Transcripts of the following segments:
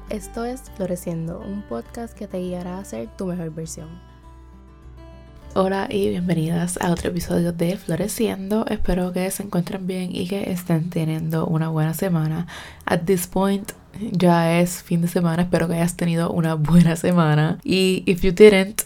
Esto es Floreciendo, un podcast que te guiará a ser tu mejor versión. Hola y bienvenidas a otro episodio de Floreciendo. Espero que se encuentren bien y que estén teniendo una buena semana. At this point ya es fin de semana, espero que hayas tenido una buena semana. Y if you didn't,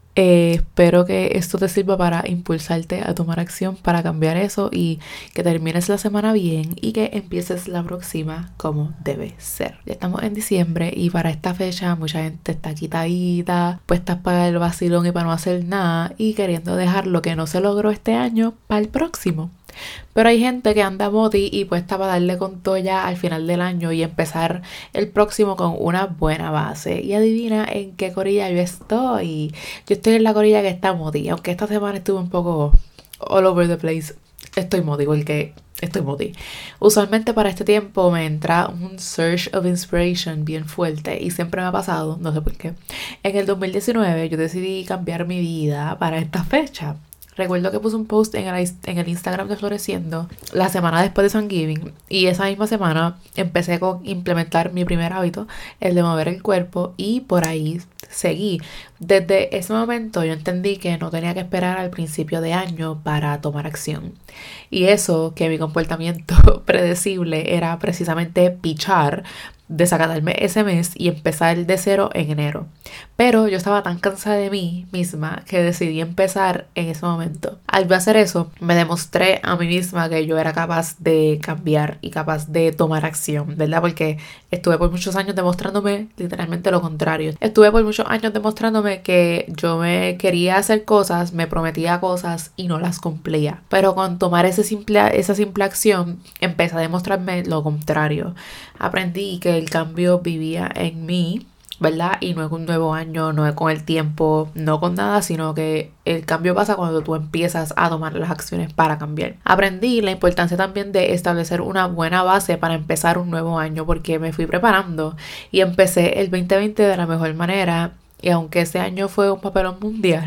espero que esto te sirva para impulsarte a tomar acción para cambiar eso y que termines la semana bien y que empieces la próxima como debe ser. Ya estamos en diciembre y para esta fecha mucha gente está quitadita, puestas para el vacilón y para no hacer nada y queriendo dejar lo que no se logró este año para el próximo. Pero hay gente que anda moti y puesta para darle con todo ya al final del año y empezar el próximo con una buena base. Y adivina en qué corilla yo estoy. Yo estoy en la corilla que está moti. Aunque esta semana estuve un poco all over the place, estoy moti porque estoy moti. Usualmente para este tiempo me entra un surge of inspiration bien fuerte y siempre me ha pasado, no sé por qué. En el 2019 yo decidí cambiar mi vida para esta fecha. Recuerdo que puse un post en el Instagram de Floreciendo la semana después de Thanksgiving y esa misma semana empecé con implementar mi primer hábito, el de mover el cuerpo, y por ahí seguí. Desde ese momento yo entendí que no tenía que esperar al principio de año para tomar acción. Y eso, que mi comportamiento predecible era precisamente pichar, desacatarme ese mes y empezar de cero en enero. Pero yo estaba tan cansada de mí misma que decidí empezar en ese momento. Al hacer eso, me demostré a mí misma que yo era capaz de cambiar y capaz de tomar acción, ¿verdad? Porque estuve por muchos años demostrándome literalmente lo contrario. Estuve por muchos años demostrándome que yo me quería hacer cosas, me prometía cosas y no las cumplía. Pero con tomar esa simple acción, empecé a demostrarme lo contrario. Aprendí que el cambio vivía en mí, ¿verdad? Y no es un nuevo año, no es con el tiempo, no con nada, sino que el cambio pasa cuando tú empiezas a tomar las acciones para cambiar. Aprendí la importancia también de establecer una buena base para empezar un nuevo año, porque me fui preparando y empecé el 2020 de la mejor manera. Y aunque ese año fue un papelón mundial,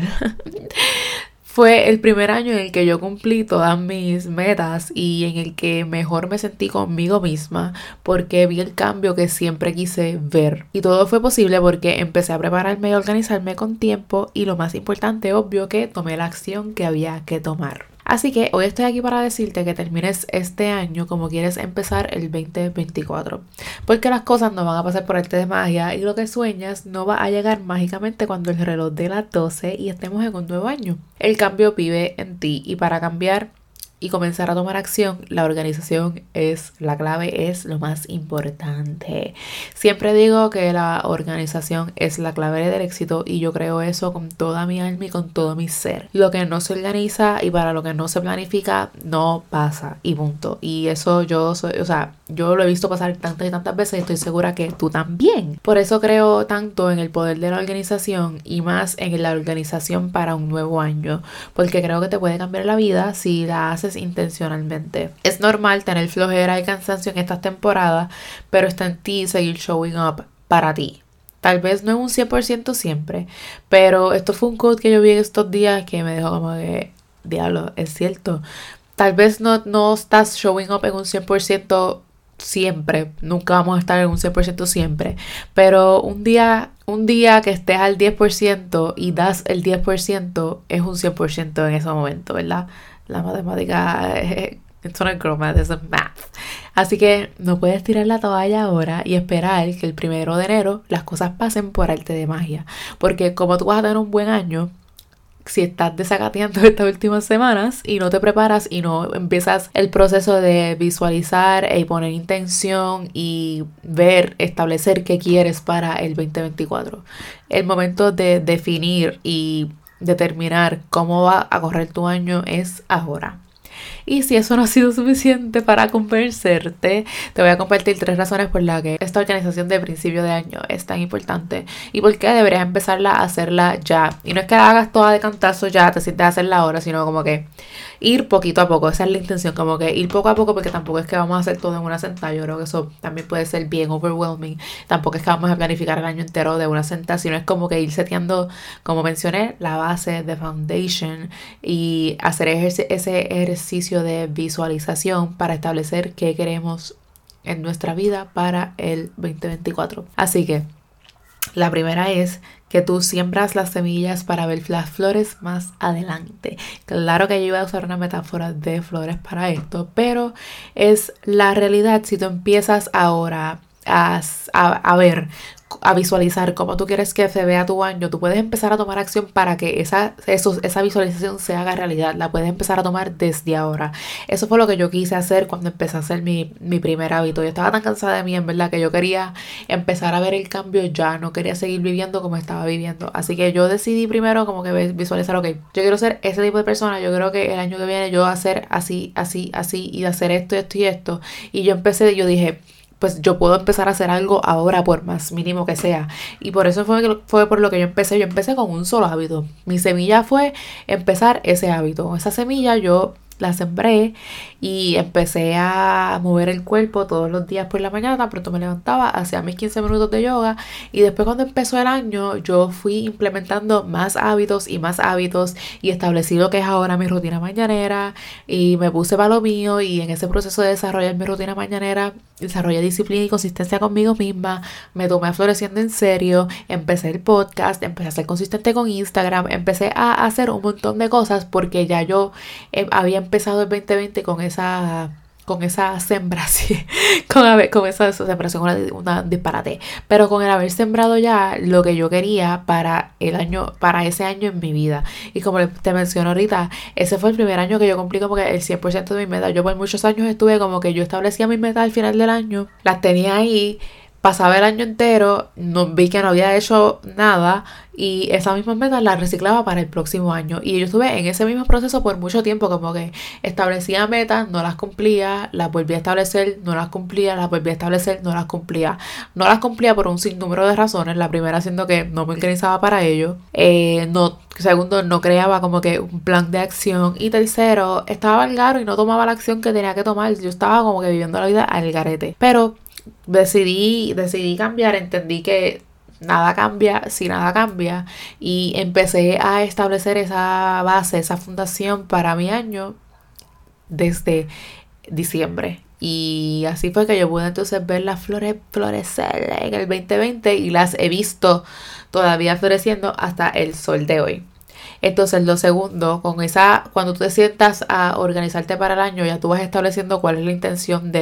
fue el primer año en el que yo cumplí todas mis metas y en el que mejor me sentí conmigo misma porque vi el cambio que siempre quise ver. Y todo fue posible porque empecé a prepararme y organizarme con tiempo y, lo más importante, obvio, que tomé la acción que había que tomar. Así que hoy estoy aquí para decirte que termines este año como quieres empezar el 2024. Porque las cosas no van a pasar por arte de magia y lo que sueñas no va a llegar mágicamente cuando el reloj dé las 12 y estemos en un nuevo año. El cambio vive en ti y para cambiar y comenzar a tomar acción, la organización es la clave, es lo más importante. Siempre digo que la organización es la clave del éxito y yo creo eso con toda mi alma y con todo mi ser. Lo que no se organiza y para lo que no se planifica no pasa y punto. Y eso yo lo he visto pasar tantas y tantas veces y estoy segura que tú también. Por eso creo tanto en el poder de la organización y más en la organización para un nuevo año, porque creo que te puede cambiar la vida si la haces intencionalmente. Es normal tener flojera y cansancio en estas temporadas, pero está en ti seguir showing up para ti. Tal vez no en un 100% siempre, pero esto fue un quote que yo vi estos días que me dejó como que, diablo, es cierto. Tal vez no estás showing up en un 100% siempre, nunca vamos a estar en un 100% siempre, pero un día que estés al 10% y das el 10% es un 100% en ese momento, ¿verdad? La matemática it's not girl math, it's math. Así que no puedes tirar la toalla ahora y esperar que el 1 de enero las cosas pasen por arte de magia, porque como tú vas a tener un buen año si estás desacateando estas últimas semanas y no te preparas y no empiezas el proceso de visualizar y poner intención y ver, establecer qué quieres para el 2024. El momento de definir y determinar cómo va a correr tu año es ahora. Y si eso no ha sido suficiente para convencerte, te voy a compartir 3 razones por las que esta organización de principio de año es tan importante y por qué deberías empezarla a hacerla ya. Y no es que la hagas toda de cantazo ya, te sientes a hacerla ahora, sino como que ir poquito a poco. Esa es la intención, como que ir poco a poco, porque tampoco es que vamos a hacer todo en una sentada. Yo creo que eso también puede ser bien overwhelming. Tampoco es que vamos a planificar el año entero de una sentada, sino es como que ir seteando, como mencioné, la base de foundation y hacer ese ejercicio de visualización para establecer qué queremos en nuestra vida para el 2024. Así que la primera es que tú siembras las semillas para ver las flores más adelante. Claro que yo iba a usar una metáfora de flores para esto, pero es la realidad si tú empiezas ahora a ver, a visualizar cómo tú quieres que se vea tu año. Tú puedes empezar a tomar acción para que esa visualización se haga realidad. La puedes empezar a tomar desde ahora. Eso fue lo que yo quise hacer cuando empecé a hacer mi primer hábito. Yo estaba tan cansada de mí, en verdad, que yo quería empezar a ver el cambio ya. No quería seguir viviendo como estaba viviendo. Así que yo decidí primero como que visualizar, ok, yo quiero ser ese tipo de persona. Yo creo que el año que viene yo voy a hacer así, así, así, y hacer esto, esto y esto. Y yo dije, pues yo puedo empezar a hacer algo ahora, por más mínimo que sea. Y por eso fue por lo que yo empecé. Yo empecé con un solo hábito. Mi semilla fue empezar ese hábito. Esa semilla yo la sembré y empecé a mover el cuerpo todos los días por la mañana. Tan pronto me levantaba, hacía mis 15 minutos de yoga, y después cuando empezó el año yo fui implementando más hábitos y establecí lo que es ahora mi rutina mañanera, y me puse para lo mío, y en ese proceso de desarrollar mi rutina mañanera desarrollé disciplina y consistencia conmigo misma. Me tomé a Floreciendo en serio, empecé el podcast, empecé a ser consistente con Instagram, empecé a hacer un montón de cosas porque ya yo había empezado el 2020 con esa sembración, con esa sembración, una disparate, pero con el haber sembrado ya lo que yo quería para ese año en mi vida. Y como te menciono ahorita, ese fue el primer año que yo cumplí como que el 100% de mi meta. Yo por muchos años estuve como que yo establecía mis metas al final del año, las tenía ahí, pasaba el año entero, no vi que no había hecho nada, y esas mismas metas las reciclaba para el próximo año. Y yo estuve en ese mismo proceso por mucho tiempo, como que establecía metas, no las cumplía, las volvía a establecer, no las cumplía, las volvía a establecer, no las cumplía. No las cumplía por un sinnúmero de razones. La primera siendo que no me organizaba para ello. Segundo, no creaba como que un plan de acción. Y tercero, estaba al garo y no tomaba la acción que tenía que tomar. Yo estaba como que viviendo la vida al garete. Pero decidí cambiar, entendí que nada cambia si nada cambia, y empecé a establecer esa base, esa fundación para mi año desde diciembre. Y así fue que yo pude entonces ver las flores florecer en el 2020, y las he visto todavía floreciendo hasta el sol de hoy. Entonces, lo segundo, cuando tú te sientas a organizarte para el año, ya tú vas estableciendo cuál es la intención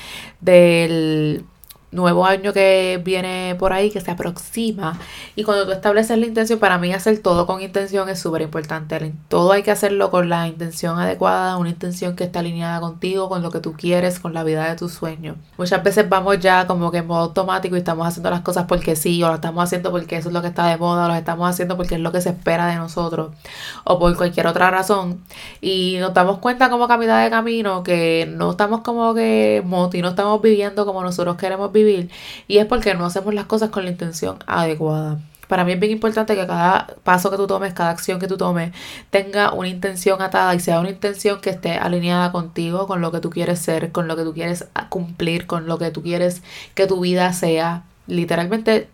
del nuevo año que viene por ahí, que se aproxima. Y cuando tú estableces la intención, para mí hacer todo con intención es súper importante. Todo hay que hacerlo con la intención adecuada, una intención que está alineada contigo, con lo que tú quieres, con la vida de tus sueños. Muchas veces vamos ya como que en modo automático y estamos haciendo las cosas porque sí, o lo estamos haciendo porque eso es lo que está de moda, o lo estamos haciendo porque es lo que se espera de nosotros, o por cualquier otra razón. Y nos damos cuenta como que a mitad de camino que no estamos como que no estamos viviendo como nosotros queremos vivir. Y es porque no hacemos las cosas con la intención adecuada. Para mí es bien importante que cada paso que tú tomes, cada acción que tú tomes, tenga una intención atada, y sea una intención que esté alineada contigo, con lo que tú quieres ser, con lo que tú quieres cumplir, con lo que tú quieres que tu vida sea. Literalmente,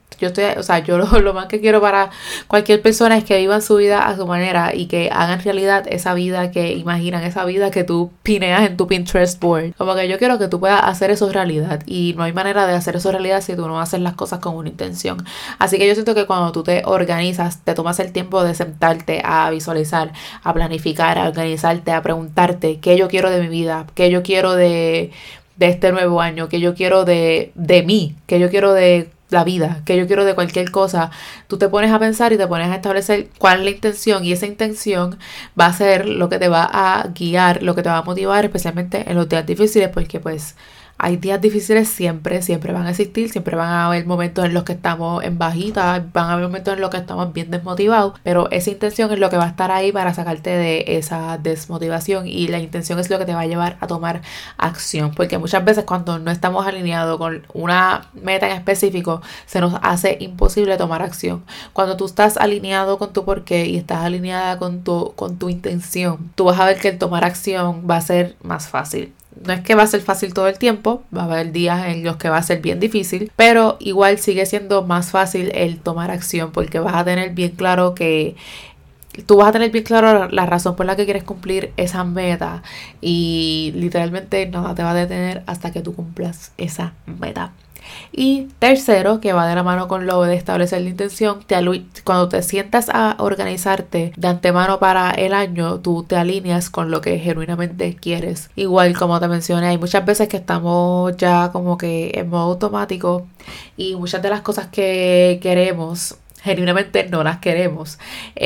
yo lo más que quiero para cualquier persona es que vivan su vida a su manera y que hagan realidad esa vida que imaginan, esa vida que tú pineas en tu Pinterest board. Como que yo quiero que tú puedas hacer eso realidad, y no hay manera de hacer eso realidad si tú no haces las cosas con una intención. Así que yo siento que cuando tú te organizas, te tomas el tiempo de sentarte a visualizar, a planificar, a organizarte, a preguntarte qué yo quiero de mi vida, qué yo quiero de este nuevo año, que yo quiero de mí, que yo quiero de la vida, que yo quiero de cualquier cosa. Tú te pones a pensar y te pones a establecer cuál es la intención, y esa intención va a ser lo que te va a guiar, lo que te va a motivar, especialmente en los días difíciles, porque pues hay días difíciles, siempre van a existir, siempre van a haber momentos en los que estamos en bajita, van a haber momentos en los que estamos bien desmotivados, pero esa intención es lo que va a estar ahí para sacarte de esa desmotivación, y la intención es lo que te va a llevar a tomar acción, porque muchas veces cuando no estamos alineados con una meta en específico, se nos hace imposible tomar acción. Cuando tú estás alineado con tu porqué y estás alineada con tu intención, tú vas a ver que el tomar acción va a ser más fácil. No es que va a ser fácil todo el tiempo, va a haber días en los que va a ser bien difícil, pero igual sigue siendo más fácil el tomar acción, porque vas a tener bien claro que tú vas a tener bien claro la razón por la que quieres cumplir esa meta y literalmente nada te va a detener hasta que tú cumplas esa meta. Y tercero, que va de la mano con lo de establecer la intención, cuando te sientas a organizarte de antemano para el año, tú te alineas con lo que genuinamente quieres. Igual como te mencioné, hay muchas veces que estamos ya como que en modo automático y muchas de las cosas que queremos genuinamente no las queremos,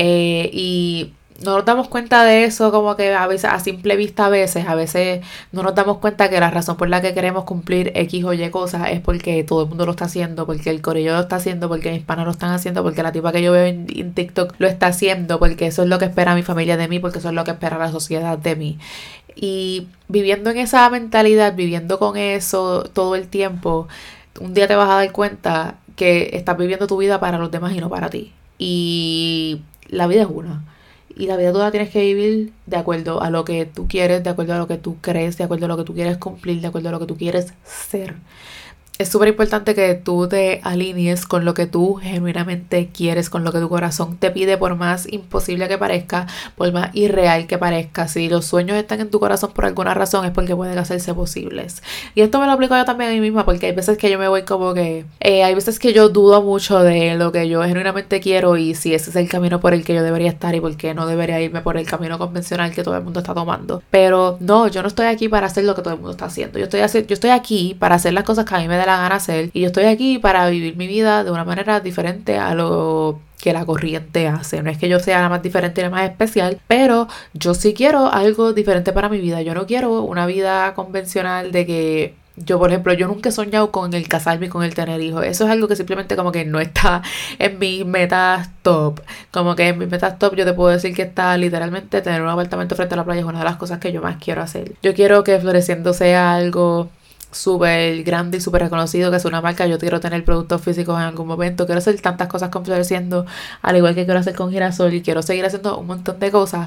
y no nos damos cuenta de eso como que a veces a simple vista, a veces no nos damos cuenta que la razón por la que queremos cumplir X o Y cosas es porque todo el mundo lo está haciendo, porque el corillo lo está haciendo, porque mis panas lo están haciendo, porque la tipa que yo veo en TikTok lo está haciendo, porque eso es lo que espera mi familia de mí, porque eso es lo que espera la sociedad de mí. Y viviendo en esa mentalidad, viviendo con eso todo el tiempo, un día te vas a dar cuenta que estás viviendo tu vida para los demás y no para ti. Y la vida es una. Y la vida tú la tienes que vivir de acuerdo a lo que tú quieres, de acuerdo a lo que tú crees, de acuerdo a lo que tú quieres cumplir, de acuerdo a lo que tú quieres ser. Es súper importante que tú te alinees con lo que tú genuinamente quieres, con lo que tu corazón te pide, por más imposible que parezca, por más irreal que parezca. Si los sueños están en tu corazón por alguna razón es porque pueden hacerse posibles. Y esto me lo aplico yo también a mí misma, porque hay veces que yo me voy como que... hay veces que yo dudo mucho de lo que yo genuinamente quiero y si ese es el camino por el que yo debería estar y por qué no debería irme por el camino convencional que todo el mundo está tomando. Pero no, yo no estoy aquí para hacer lo que todo el mundo está haciendo. Yo estoy aquí para hacer las cosas que a mí me da la gana hacer, y yo estoy aquí para vivir mi vida de una manera diferente a lo que la corriente hace. No es que yo sea la más diferente y la más especial, pero yo sí quiero algo diferente para mi vida. Yo no quiero una vida convencional de que yo, por ejemplo, yo nunca he soñado con el casarme y con el tener hijos. Eso es algo que simplemente como que no está en mis metas top. Como que en mis metas top yo te puedo decir que está literalmente tener un apartamento frente a la playa es una de las cosas que yo más quiero hacer. Yo quiero que Floreciendo sea algo súper grande y súper reconocido, que es una marca. Yo quiero tener productos físicos en algún momento, quiero hacer tantas cosas con Floreciendo, al igual que quiero hacer con Girasol, y quiero seguir haciendo un montón de cosas.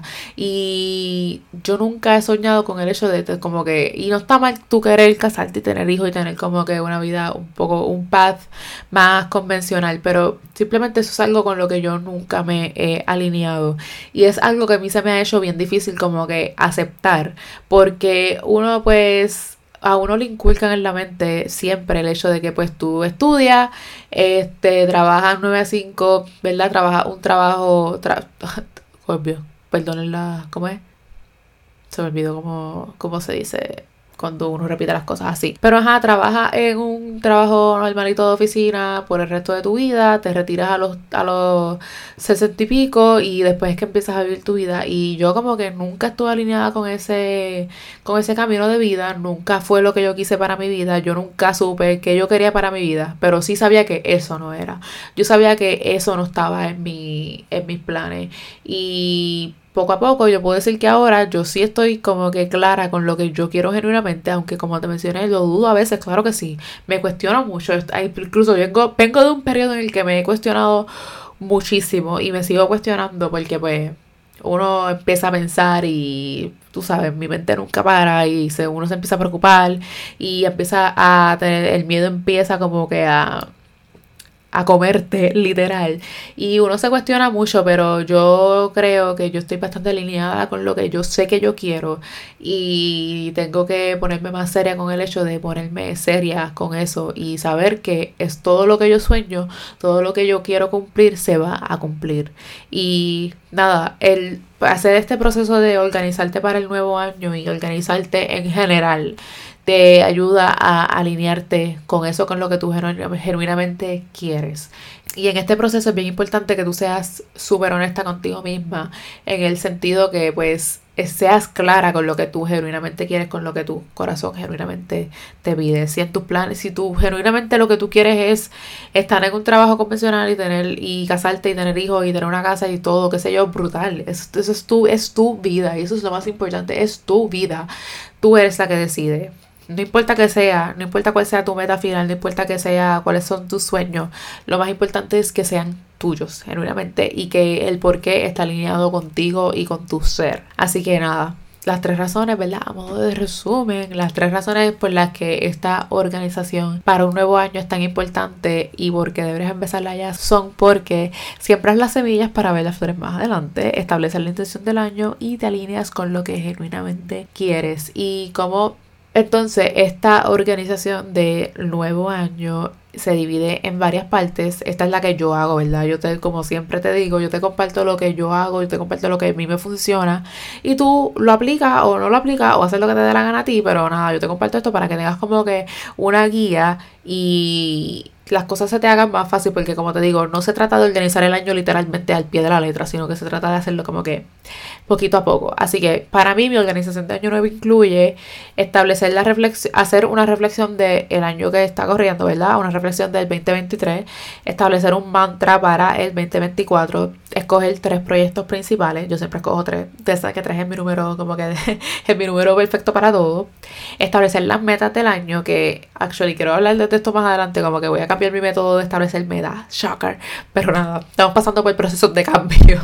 Y yo nunca he soñado con el hecho de como que, y no está mal tú querer casarte y tener hijos y tener como que una vida un poco, un path más convencional, pero simplemente eso es algo con lo que yo nunca me he alineado, y es algo que a mí se me ha hecho bien difícil como que aceptar, porque uno pues a uno le inculcan en la mente siempre el hecho de que pues tú estudias, trabajas 9 a 5, ¿verdad? Trabajas un trabajo, perdonen ¿cómo es? Se me olvidó cómo se dice cuando uno repite las cosas así. Pero trabajas en un trabajo normalito de oficina por el resto de tu vida, te retiras a los 60 y pico y después es que empiezas a vivir tu vida. Y yo como que nunca estuve alineada con ese camino de vida, nunca fue lo que yo quise para mi vida, yo nunca supe qué yo quería para mi vida, pero sí sabía que eso no era. Yo sabía que eso no estaba en mis planes, y poco a poco yo puedo decir que ahora yo sí estoy como que clara con lo que yo quiero genuinamente, aunque como te mencioné lo dudo a veces, claro que sí, me cuestiono mucho, incluso vengo de un periodo en el que me he cuestionado muchísimo y me sigo cuestionando porque pues uno empieza a pensar y tú sabes, mi mente nunca para y uno se empieza a preocupar y empieza a tener, el miedo empieza como que a comerte, literal. Y uno se cuestiona mucho, pero yo creo que yo estoy bastante alineada con lo que yo sé que yo quiero. Y tengo que ponerme más seria con el hecho de ponerme seria con eso. Y saber que es todo lo que yo sueño, todo lo que yo quiero cumplir, se va a cumplir. Y nada, el hacer este proceso de organizarte para el nuevo año y organizarte en general te ayuda a alinearte con eso, con lo que tú genuinamente quieres. Y en este proceso es bien importante que tú seas súper honesta contigo misma, en el sentido que pues seas clara con lo que tú genuinamente quieres, con lo que tu corazón genuinamente te pide. Si en tus planes, si tú genuinamente lo que tú quieres es estar en un trabajo convencional y casarte y tener hijos y tener una casa y todo, qué sé yo, brutal. Eso es tu vida, y eso es lo más importante, es tu vida. Tú eres la que decide. No importa que sea, no importa cuál sea tu meta final, no importa que sea, cuáles son tus sueños, lo más importante es que sean tuyos, genuinamente, y que el porqué está alineado contigo y con tu ser. Así que nada, las 3 razones, ¿verdad? A modo de resumen, las 3 razones por las que esta organización para un nuevo año es tan importante y porque deberías empezarla ya son porque siembras las semillas para ver las flores más adelante, estableces la intención del año y te alineas con lo que genuinamente quieres. Y como entonces esta organización de nuevo año se divide en varias partes. Esta es la que yo hago, ¿verdad? Como siempre te digo, yo te comparto lo que yo hago, yo te comparto lo que a mí me funciona y tú lo aplicas o no lo aplicas o haces lo que te dé la gana a ti, pero nada, yo te comparto esto para que tengas como que una guía y las cosas se te hagan más fácil, porque como te digo, no se trata de organizar el año literalmente al pie de la letra, sino que se trata de hacerlo como que poquito a poco. Así que para mí mi organización de año nuevo incluye establecer hacer una reflexión del año que está corriendo, ¿verdad? Una reflexión del 2023, establecer un mantra para el 2024, escoger 3 proyectos principales. Yo siempre escojo 3, ustedes saben que 3 es mi número, como que es mi número perfecto para todo. Establecer las metas del año, que actually quiero hablar de esto más adelante, como que voy a cambiar mi método de establecer metas, shocker, pero nada, estamos pasando por procesos de cambio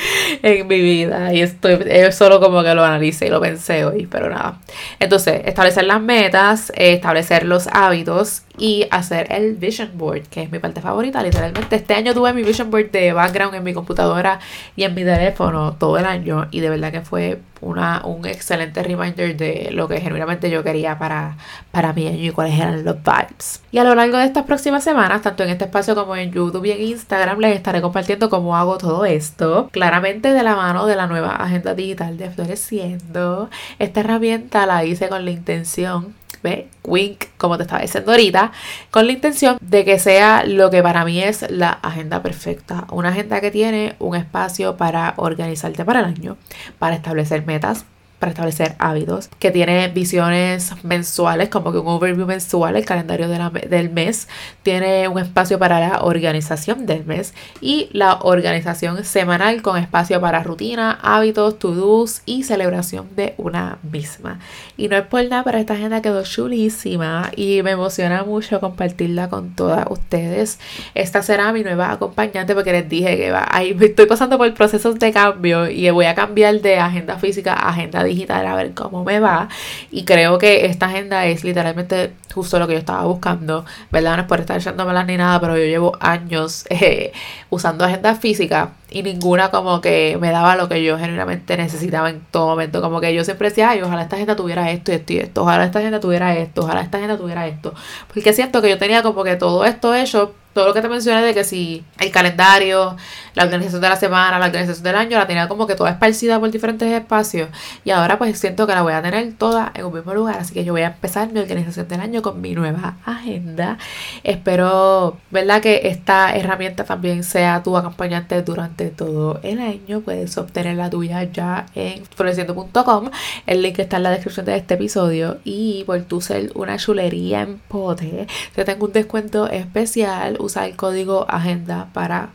en mi vida y es solo como que lo analicé y lo pensé hoy, pero nada. Entonces, establecer las metas, establecer los hábitos y hacer el vision board, que es mi parte favorita. Literalmente este año tuve mi vision board de background en mi computadora y en mi teléfono todo el año, y de verdad que fue un excelente reminder de lo que genuinamente yo quería para mi año y cuáles eran los vibes. Y a lo largo de estas próximas semanas, tanto en este espacio como en YouTube y en Instagram, les estaré compartiendo cómo hago todo esto, claramente de la mano de la nueva agenda digital de Floreciendo. Esta herramienta la hice con la intención, ¿ve? Wink, como te estaba diciendo ahorita, con la intención de que sea lo que para mí es la agenda perfecta. Una agenda que tiene un espacio para organizarte para el año, para establecer metas, para establecer hábitos, que tiene visiones mensuales, como que un overview mensual, el calendario del mes, tiene un espacio para la organización del mes y la organización semanal con espacio para rutina, hábitos, to-dos y celebración de una misma. Y no es por nada, pero esta agenda quedó chulísima y me emociona mucho compartirla con todas ustedes. Esta será mi nueva acompañante, porque les dije que estoy pasando por procesos de cambio y voy a cambiar de agenda física a agenda digital a ver cómo me va, y creo que esta agenda es literalmente justo lo que yo estaba buscando, ¿verdad? No es por estar echándomelas ni nada, pero yo llevo años usando agenda física y ninguna como que me daba lo que yo genuinamente necesitaba en todo momento. Como que yo siempre decía, ay, ojalá esta agenda tuviera esto y esto y esto, ojalá esta agenda tuviera esto, ojalá esta agenda tuviera esto, porque siento que yo tenía como que todo esto hecho, todo lo que te mencioné de que si el calendario, la organización de la semana, la organización del año, la tenía como que toda esparcida por diferentes espacios, y ahora pues siento que la voy a tener toda en un mismo lugar. Así que yo voy a empezar mi organización del año con mi nueva agenda. Espero, ¿verdad?, que esta herramienta también sea tu acompañante durante todo el año. Puedes obtener la tuya ya en floreciendo.com. El link está en la descripción de este episodio, y por tu ser una chulería en pote, te tengo un descuento especial. Usa el código agenda para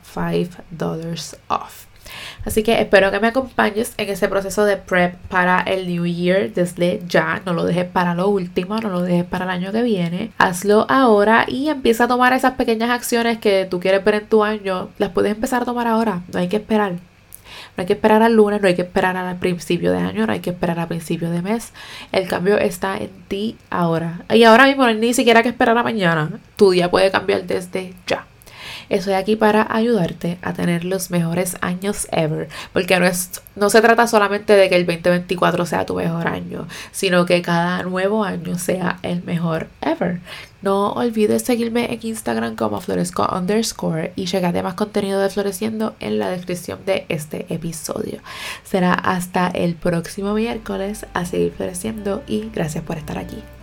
$5 off. Así que espero que me acompañes en ese proceso de prep para el New Year desde ya. No lo dejes para lo último, no lo dejes para el año que viene. Hazlo ahora y empieza a tomar esas pequeñas acciones que tú quieres ver en tu año. Las puedes empezar a tomar ahora, no hay que esperar. No hay que esperar al lunes, no hay que esperar al principio de año, no hay que esperar al principio de mes. El cambio está en ti ahora. Y ahora mismo no hay ni siquiera que esperar a mañana. Tu día puede cambiar desde ya. Estoy aquí para ayudarte a tener los mejores años ever, porque no se trata solamente de que el 2024 sea tu mejor año, sino que cada nuevo año sea el mejor ever. No olvides seguirme en Instagram como floresco_, y checate más contenido de Floreciendo en la descripción de este episodio. Será hasta el próximo miércoles. A seguir floreciendo y gracias por estar aquí.